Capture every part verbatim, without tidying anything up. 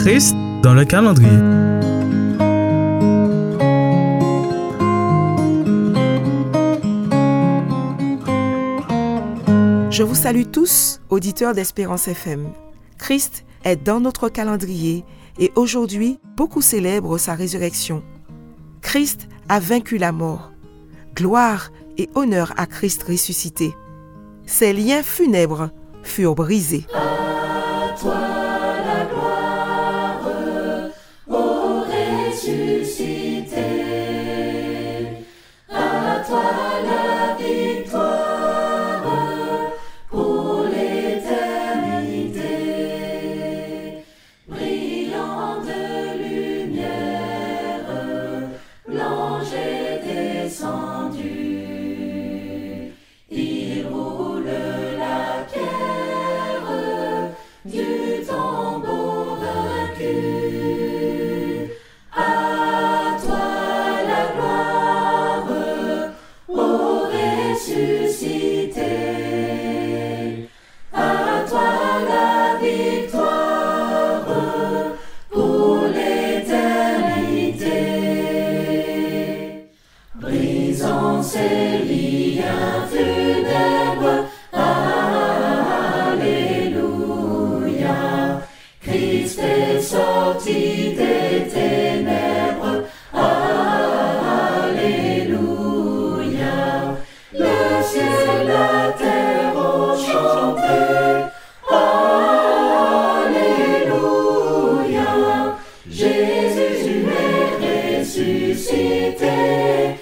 Christ dans le calendrier. Je vous salue tous, auditeurs d'Espérance F M. Christ est dans notre calendrier et aujourd'hui, beaucoup célèbrent sa résurrection. Christ a vaincu la mort. Gloire et honneur à Christ ressuscité. Ses liens funèbres furent brisés. À toi la gloire, ô ressuscité. À toi la victoire pour l'éternité. Brillant de lumière, l'ange est descendu. Il roule la pierre du tombeau vaincu. À toi la gloire, ô ressuscité. À toi la victoire pour l'éternité. Brisant ces liens funèbres, alléluia. Christ est sorti des ténèbres, alléluia. Le ciel, la terre ont chanté, alléluia. Jésus est ressuscité,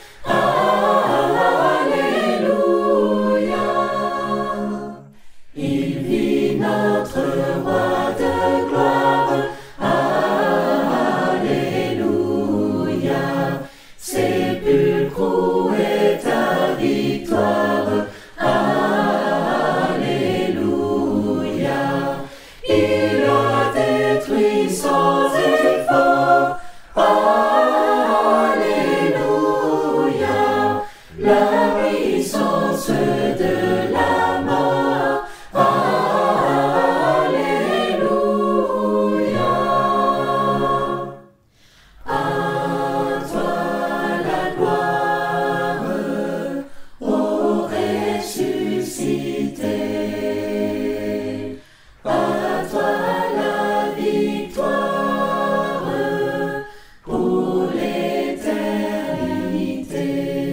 alléluia. Il vit notre roi de gloire, alléluia. Sépulcre, où est ta victoire, alléluia. Il a détruit sans effort, alléluia. La puissance de la mort, alléluia. À toi la gloire, ô ressuscité. À toi la victoire pour l'éternité.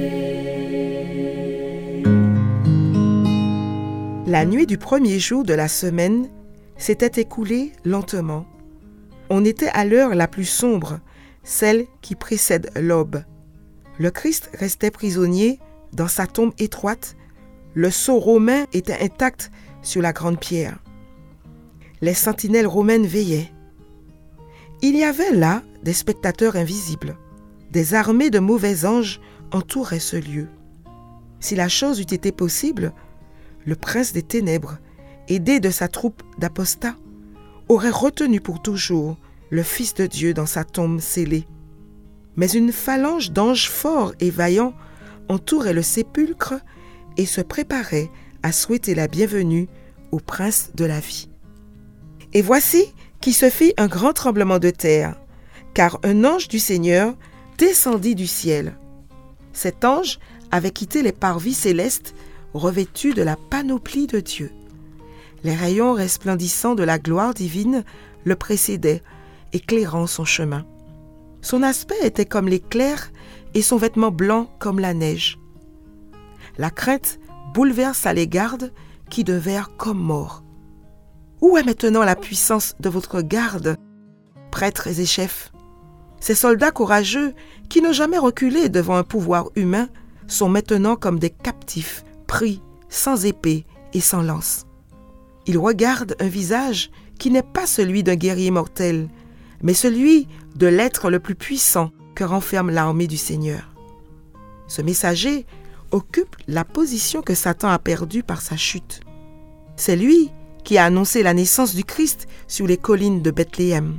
La nuit du premier jour de la semaine s'était écoulée lentement. On était à l'heure la plus sombre, celle qui précède l'aube. Le Christ restait prisonnier dans sa tombe étroite. Le sceau romain était intact sur la grande pierre. Les sentinelles romaines veillaient. Il y avait là des spectateurs invisibles. Des armées de mauvais anges entouraient ce lieu. Si la chose eût été possible, le prince des ténèbres, aidé de sa troupe d'apostats, aurait retenu pour toujours le Fils de Dieu dans sa tombe scellée. Mais une phalange d'anges forts et vaillants entourait le sépulcre et se préparait à souhaiter la bienvenue au prince de la vie. Et voici qu'il se fit un grand tremblement de terre, car un ange du Seigneur descendit du ciel. Cet ange avait quitté les parvis célestes revêtu de la panoplie de Dieu. Les rayons resplendissants de la gloire divine le précédaient, éclairant son chemin. Son aspect était comme l'éclair et son vêtement blanc comme la neige. La crainte bouleversa les gardes qui devinrent comme morts. Où est maintenant la puissance de votre garde, prêtres et chefs? Ces soldats courageux qui n'ont jamais reculé devant un pouvoir humain sont maintenant comme des captifs pris sans épée et sans lance. Ils regardent un visage qui n'est pas celui d'un guerrier mortel, mais celui de l'être le plus puissant que renferme l'armée du Seigneur. Ce messager occupe la position que Satan a perdue par sa chute. C'est lui qui a annoncé la naissance du Christ sur les collines de Bethléem.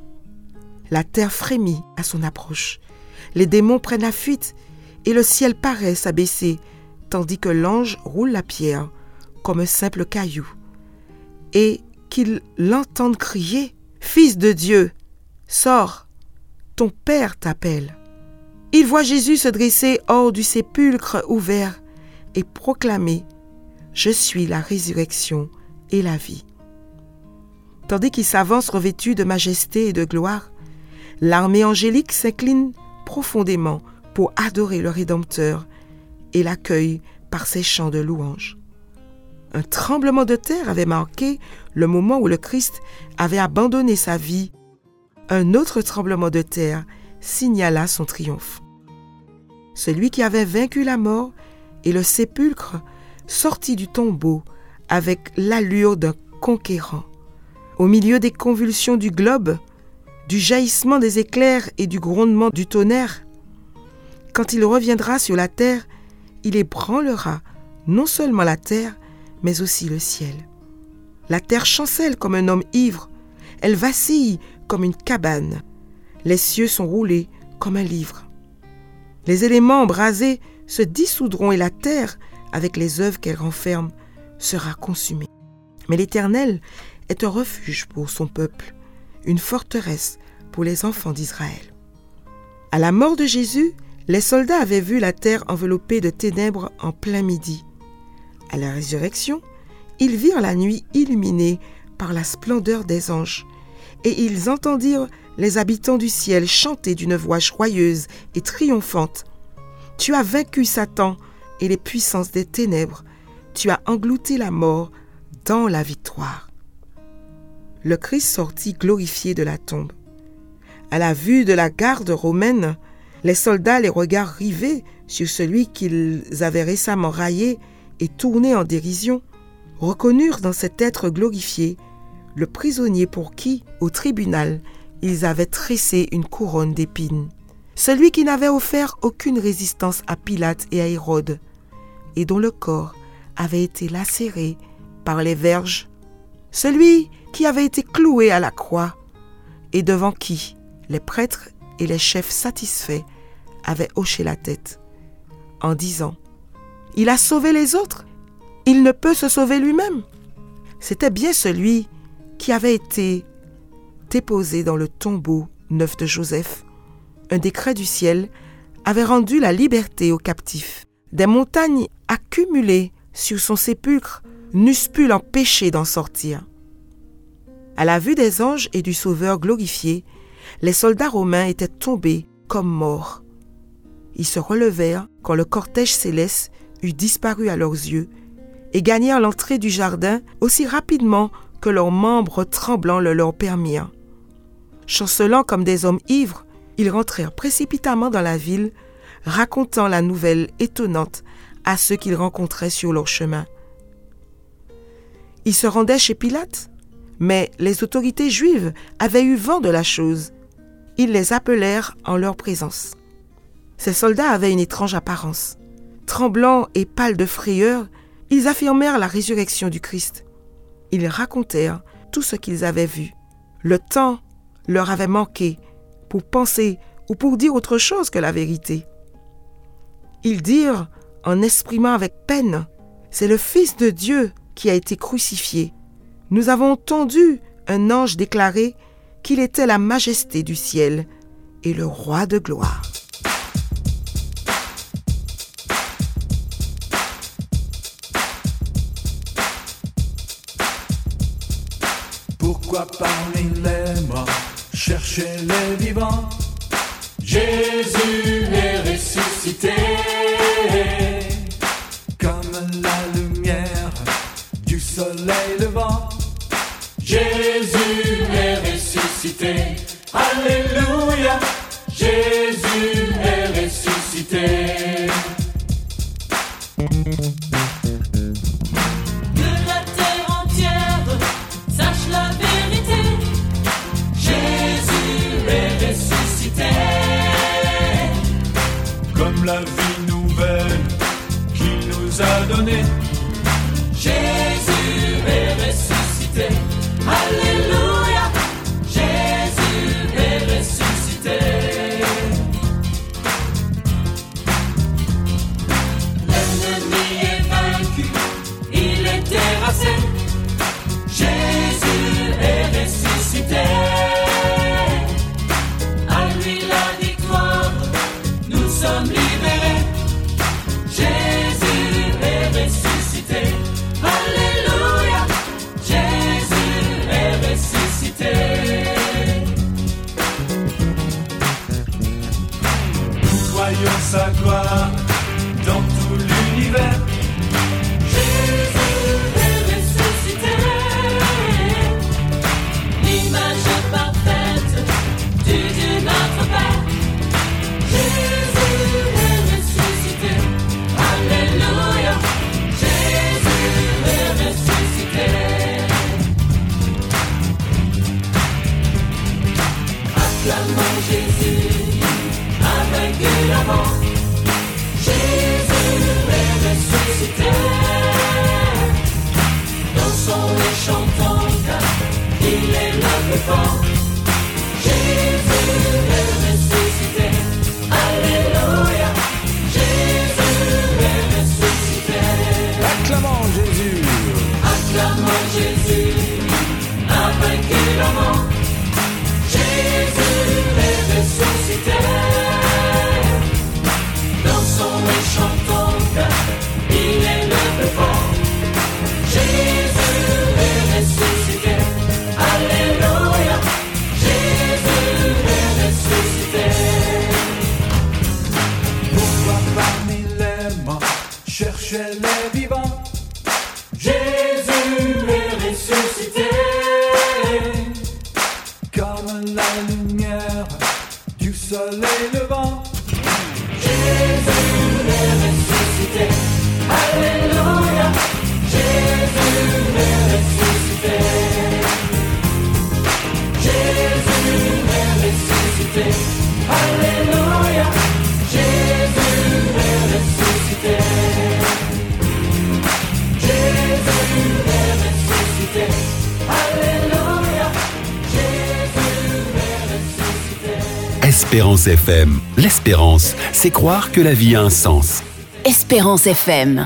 La terre frémit à son approche. Les démons prennent la fuite et le ciel paraît s'abaisser, tandis que l'ange roule la pierre comme un simple caillou, et qu'ils l'entendent crier « Fils de Dieu, Sors, ton Père t'appelle. » Il voit Jésus se dresser hors du sépulcre ouvert et proclamer « Je suis la résurrection et la vie. » Tandis qu'il s'avance revêtu de majesté et de gloire, l'armée angélique s'incline profondément pour adorer le Rédempteur et l'accueille par ses chants de louange. Un tremblement de terre avait marqué le moment où le Christ avait abandonné sa vie. Un autre tremblement de terre signala son triomphe. Celui qui avait vaincu la mort et le sépulcre sortit du tombeau avec l'allure d'un conquérant. Au milieu des convulsions du globe, du jaillissement des éclairs et du grondement du tonnerre, quand il reviendra sur la terre, il ébranlera non seulement la terre, mais aussi le ciel. La terre chancelle comme un homme ivre, elle vacille comme une cabane. Les cieux sont roulés comme un livre. Les éléments embrasés se dissoudront et la terre, avec les œuvres qu'elle renferme, sera consumée. Mais l'Éternel est un refuge pour son peuple, une forteresse pour les enfants d'Israël. À la mort de Jésus, les soldats avaient vu la terre enveloppée de ténèbres en plein midi. À la résurrection, ils virent la nuit illuminée par la splendeur des anges, et ils entendirent les habitants du ciel chanter d'une voix joyeuse et triomphante. « Tu as vaincu Satan et les puissances des ténèbres, tu as englouti la mort dans la victoire. » Le Christ sortit glorifié de la tombe. À la vue de la garde romaine, les soldats, les regards rivés sur celui qu'ils avaient récemment raillé et tourné en dérision, reconnurent dans cet être glorifié le prisonnier pour qui, au tribunal, ils avaient tressé une couronne d'épines, celui qui n'avait offert aucune résistance à Pilate et à Hérode, et dont le corps avait été lacéré par les verges, celui qui avait été cloué à la croix, et devant qui les prêtres et les chefs satisfaits avaient hoché la tête, en disant « Il a sauvé les autres, il ne peut se sauver lui-même. » C'était bien celui qui avait été déposé dans le tombeau neuf de Joseph. Un décret du ciel avait rendu la liberté aux captifs. Des montagnes accumulées sur son sépulcre n'eussent pu l'empêcher d'en sortir. À la vue des anges et du Sauveur glorifié, les soldats romains étaient tombés comme morts. Ils se relevèrent quand le cortège céleste eut disparu à leurs yeux et gagnèrent l'entrée du jardin aussi rapidement que leurs membres tremblants le leur permirent. Chancelant comme des hommes ivres, ils rentrèrent précipitamment dans la ville, racontant la nouvelle étonnante à ceux qu'ils rencontraient sur leur chemin. Ils se rendaient chez Pilate, mais les autorités juives avaient eu vent de la chose. Ils les appelèrent en leur présence. Ces soldats avaient une étrange apparence. Tremblants et pâles de frayeur, ils affirmèrent la résurrection du Christ. Ils racontèrent tout ce qu'ils avaient vu. Le temps leur avait manqué pour penser ou pour dire autre chose que la vérité. Ils dirent, en exprimant avec peine, « C'est le Fils de Dieu qui a été crucifié. Nous avons entendu un ange déclarer qu'il était la majesté du ciel et le roi de gloire. » Pourquoi parmi les morts chercher les vivants? Jésus est ressuscité, comme la lumière du soleil levant. Jésus est ressuscité, alléluia. Jésus est ressuscité. Que la terre entière sache la vérité. Jésus est ressuscité. Acclamons Jésus, a vaincu la mort. Jésus est ressuscité. Dansons et chantons car il est le plus fort. Jésus est ressuscité. Alléluia. Jésus est ressuscité. Acclamons Jésus. Acclamons Jésus, a vaincu la mort. Jésus est ressuscité. Dansons et chantons car il est le plus fort. Jésus est ressuscité. Alléluia. Jésus est ressuscité. Pourquoi parmi les morts chercher les vivants? Jésus est ressuscité. Comme la lumière du soleil levant. Jésus est ressuscité. Alléluia. Jésus est ressuscité. Jésus est ressuscité. Alléluia. Jésus est ressuscité. Jésus est ressuscité. Alléluia. Jésus est ressuscité. Espérance F M. L'espérance, c'est croire que la vie a un sens. Espérance F M.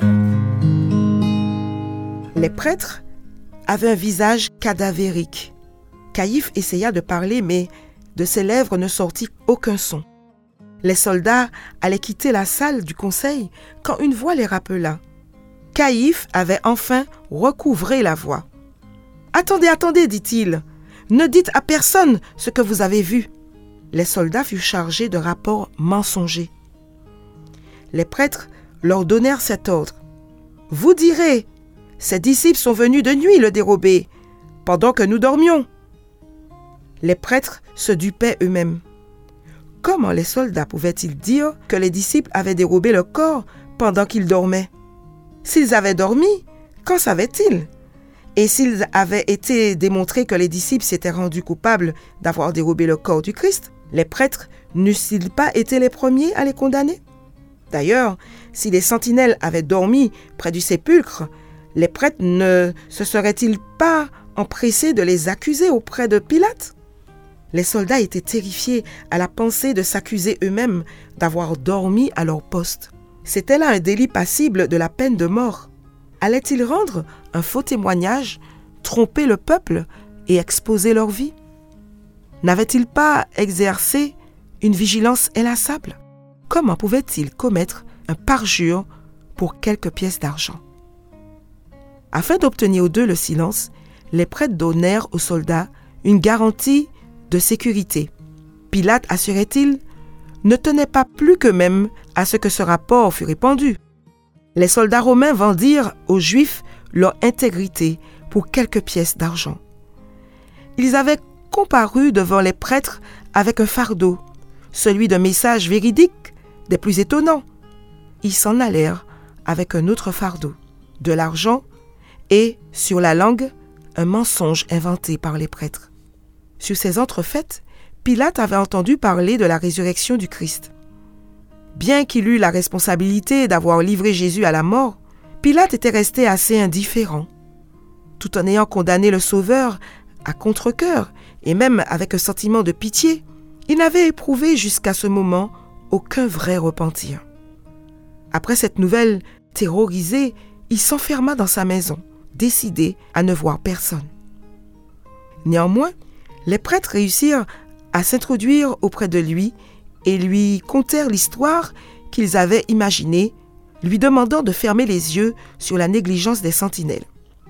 Les prêtres avaient un visage cadavérique. Caïphe essaya de parler, mais de ses lèvres ne sortit aucun son. Les soldats allaient quitter la salle du conseil quand une voix les rappela. Caïphe avait enfin recouvré la voix. « Attendez, attendez, dit-il. Ne dites à personne ce que vous avez vu. » Les soldats furent chargés de rapports mensongers. Les prêtres leur donnèrent cet ordre. « Vous direz, ses disciples sont venus de nuit le dérober, pendant que nous dormions. » Les prêtres se dupaient eux-mêmes. Comment les soldats pouvaient-ils dire que les disciples avaient dérobé le corps pendant qu'ils dormaient? S'ils avaient dormi, qu'en savaient-ils? Et s'ils avaient été démontré que les disciples s'étaient rendus coupables d'avoir dérobé le corps du Christ, les prêtres n'eussent-ils pas été les premiers à les condamner? D'ailleurs, si les sentinelles avaient dormi près du sépulcre, les prêtres ne se seraient-ils pas empressés de les accuser auprès de Pilate? Les soldats étaient terrifiés à la pensée de s'accuser eux-mêmes d'avoir dormi à leur poste. C'était là un délit passible de la peine de mort. Allaient-ils rendre un faux témoignage, tromper le peuple et exposer leur vie? N'avaient-ils pas exercé une vigilance inlassable? Comment pouvaient-ils commettre un parjure pour quelques pièces d'argent? Afin d'obtenir d'eux le silence, les prêtres donnèrent aux soldats une garantie de sécurité. Pilate, assurait-il, ne tenait pas plus qu'eux-mêmes à ce que ce rapport fût répandu. Les soldats romains vendirent aux Juifs leur intégrité pour quelques pièces d'argent. Ils avaient comparu devant les prêtres avec un fardeau, celui d'un message véridique des plus étonnants. Ils s'en allèrent avec un autre fardeau, de l'argent et, sur la langue, un mensonge inventé par les prêtres. Sur ces entrefaites, Pilate avait entendu parler de la résurrection du Christ. Bien qu'il eût la responsabilité d'avoir livré Jésus à la mort, Pilate était resté assez indifférent. Tout en ayant condamné le Sauveur à contre-cœur et même avec un sentiment de pitié, il n'avait éprouvé jusqu'à ce moment aucun vrai repentir. Après cette nouvelle terrorisée, il s'enferma dans sa maison, décidé à ne voir personne. Néanmoins, les prêtres réussirent à s'introduire auprès de lui et lui contèrent l'histoire qu'ils avaient imaginée, lui demandant de fermer les yeux sur la négligence des sentinelles.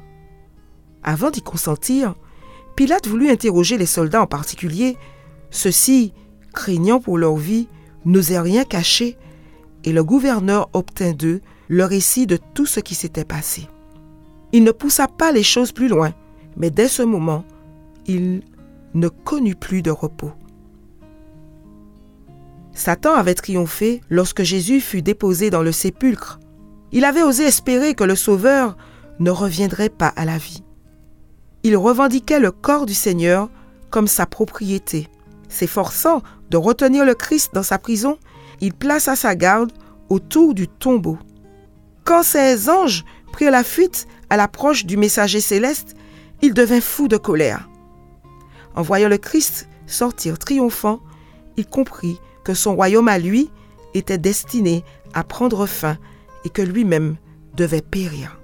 Avant d'y consentir, Pilate voulut interroger les soldats en particulier. Ceux-ci, craignant pour leur vie, n'osaient rien cacher et le gouverneur obtint d'eux le récit de tout ce qui s'était passé. Il ne poussa pas les choses plus loin, mais dès ce moment, il ne connut plus de repos. Satan avait triomphé lorsque Jésus fut déposé dans le sépulcre. Il avait osé espérer que le Sauveur ne reviendrait pas à la vie. Il revendiquait le corps du Seigneur comme sa propriété. S'efforçant de retenir le Christ dans sa prison, il plaça sa garde autour du tombeau. Quand ses anges prirent la fuite à l'approche du messager céleste, il devint fou de colère. En voyant le Christ sortir triomphant, il comprit que son royaume à lui était destiné à prendre fin et que lui-même devait périr.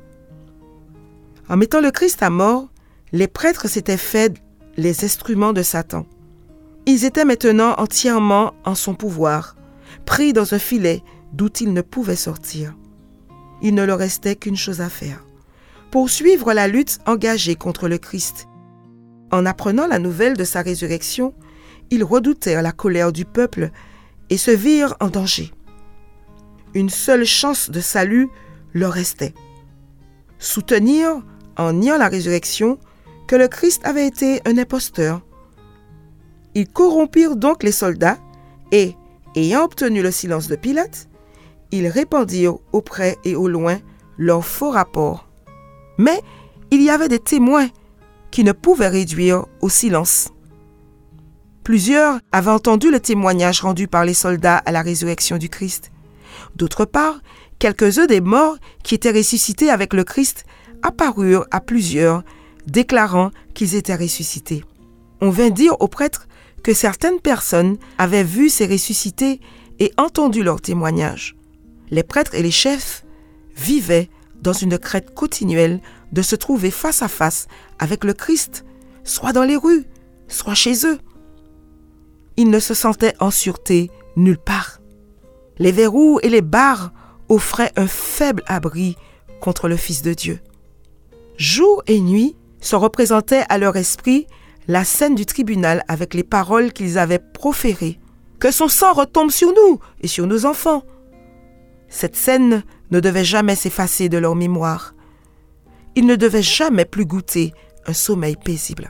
En mettant le Christ à mort, les prêtres s'étaient faits les instruments de Satan. Ils étaient maintenant entièrement en son pouvoir, pris dans un filet d'où ils ne pouvaient sortir. Il ne leur restait qu'une chose à faire, poursuivre la lutte engagée contre le Christ. En apprenant la nouvelle de sa résurrection, ils redoutèrent la colère du peuple et se virent en danger. Une seule chance de salut leur restait. Soutenir, en niant la résurrection, que le Christ avait été un imposteur. Ils corrompirent donc les soldats et, ayant obtenu le silence de Pilate, ils répandirent auprès et au loin leurs faux rapports. Mais il y avait des témoins qui ne pouvaient réduire au silence. Plusieurs avaient entendu le témoignage rendu par les soldats à la résurrection du Christ. D'autre part, quelques-uns des morts qui étaient ressuscités avec le Christ apparurent à plusieurs, déclarant qu'ils étaient ressuscités. On vint dire aux prêtres que certaines personnes avaient vu ces ressuscités et entendu leurs témoignages. Les prêtres et les chefs vivaient dans une crainte continuelle de se trouver face à face avec le Christ, soit dans les rues, soit chez eux. Ils ne se sentaient en sûreté nulle part. Les verrous et les barres offraient un faible abri contre le Fils de Dieu. Jour et nuit se représentait à leur esprit la scène du tribunal avec les paroles qu'ils avaient proférées. Que son sang retombe sur nous et sur nos enfants. Cette scène ne devait jamais s'effacer de leur mémoire. Ils ne devaient jamais plus goûter un sommeil paisible.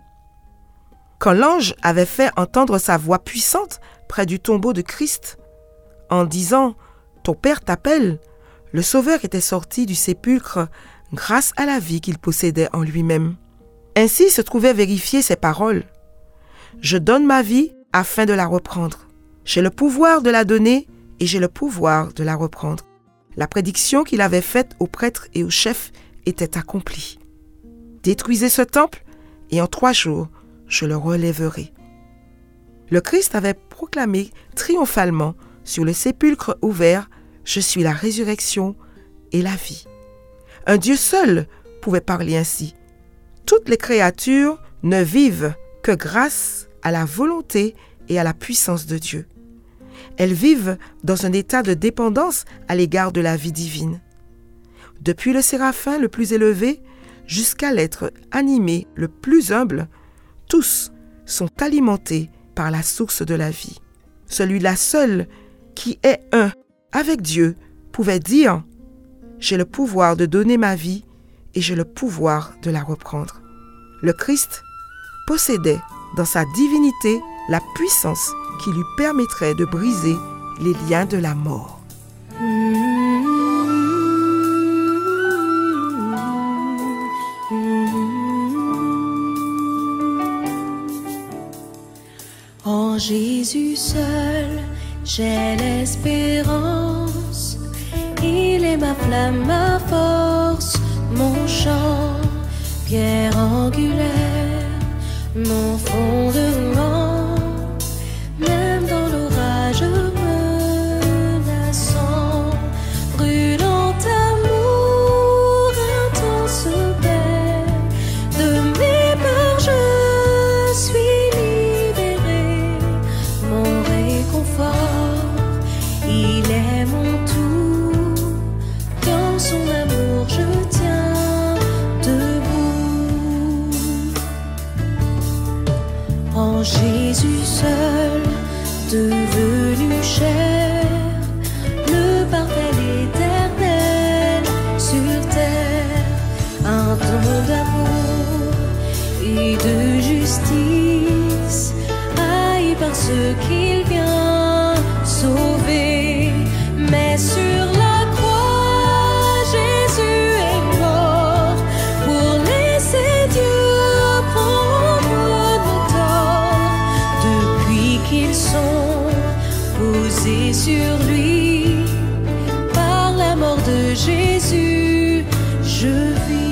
Quand l'ange avait fait entendre sa voix puissante près du tombeau de Christ, en disant « Ton Père t'appelle », le Sauveur était sorti du sépulcre grâce à la vie qu'il possédait en lui-même. Ainsi se trouvaient vérifiées ces paroles. « Je donne ma vie afin de la reprendre. J'ai le pouvoir de la donner et j'ai le pouvoir de la reprendre. » La prédiction qu'il avait faite aux prêtres et aux chefs était accomplie. « Détruisez ce temple et en trois jours, je le relèverai. » Le Christ avait proclamé triomphalement sur le sépulcre ouvert « Je suis la résurrection et la vie. » Un Dieu seul pouvait parler ainsi. Toutes les créatures ne vivent que grâce à la volonté et à la puissance de Dieu. Elles vivent dans un état de dépendance à l'égard de la vie divine. Depuis le séraphin le plus élevé jusqu'à l'être animé le plus humble, tous sont alimentés par la source de la vie. Celui-là seul qui est un avec Dieu pouvait dire « J'ai le pouvoir de donner ma vie et j'ai le pouvoir de la reprendre. » Le Christ possédait dans sa divinité la puissance qui lui permettrait de briser les liens de la mort. En Jésus seul, j'ai l'espérance. Il est ma flamme, ma force, mon chant, pierre angulaire, mon fondement. Même dans l'orage menaçant, brûlant amour, intense paix, de mes peurs je suis libéré. Mon réconfort, il est mon tout. Dans son amour je tiens debout. En Jésus seul, devenu chair, le parfait éternel sur terre, un don d'amour et de justice, haï par ceux qu'il vient sauver. Mais sur la croix, Jésus est mort pour laisser Dieu prendre nos torts. Depuis fixé sur lui. Par la mort de Jésus, je vis.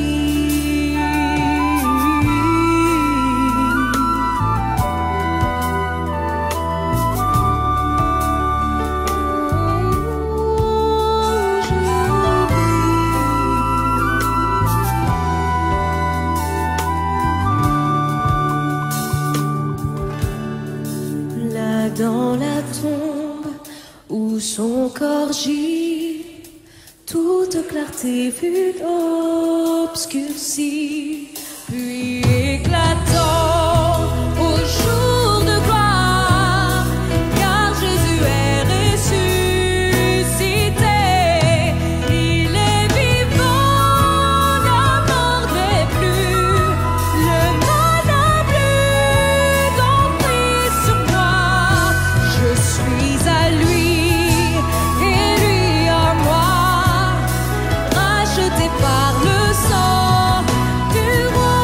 Dans la tombe où son corps gît, toute clarté fut obscurcie, puis éclatant au jour de gloire, car Jésus est ressuscité, il est vivant, la mort n'est plus, le mal n'a plus d'emprise sur moi. Je suis à lui et lui à moi, racheté par le sang du roi.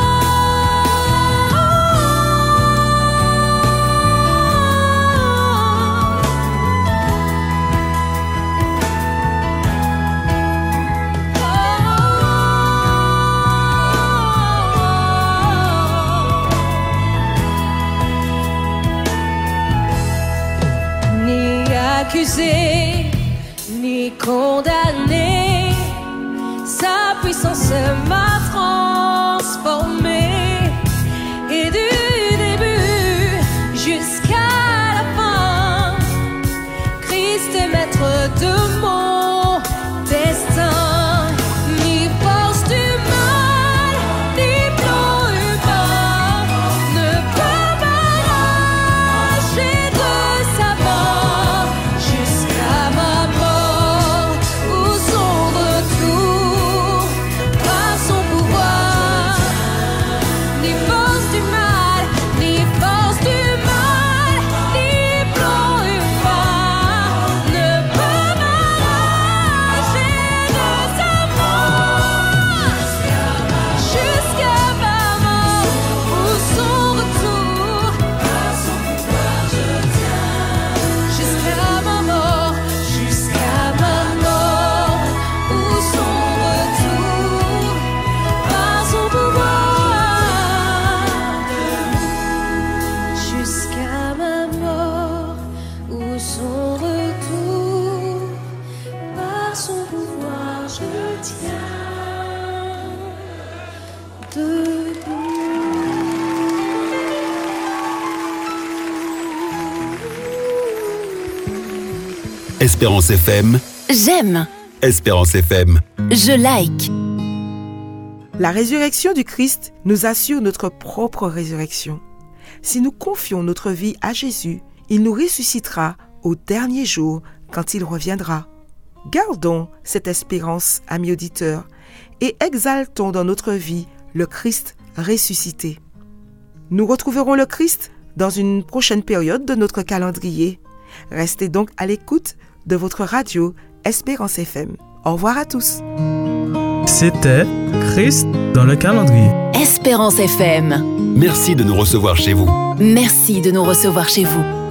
Ni accusé, ni condamné, sa puissance m'a transformé. Et du début jusqu'à la fin, Christ est maître de mon destin. Ni force du mal, ni plan humain ne peut m'arracher de sa main jusqu'à ma mort ou son retour par son pouvoir. Ni force du mal, ni force du mal, ni plan humain ne peut m'arracher de sa main jusqu'à ma mort ou son retour par son pouvoir. Je tiens jusqu'à ma mort, jusqu'à ma mort ou son retour par son pouvoir. Jusqu'à ma mort ou son retour par son pouvoir, je tiens debout. Espérance F M. J'aime. Espérance F M. Je like. La résurrection du Christ nous assure notre propre résurrection. Si nous confions notre vie à Jésus, il nous ressuscitera au dernier jour quand il reviendra. Gardons cette espérance, amis auditeurs, et exaltons dans notre vie le Christ ressuscité. Nous retrouverons le Christ dans une prochaine période de notre calendrier. Restez donc à l'écoute de votre radio Espérance F M. Au revoir à tous. C'était Christ dans le calendrier. Espérance F M. Merci de nous recevoir chez vous. Merci de nous recevoir chez vous.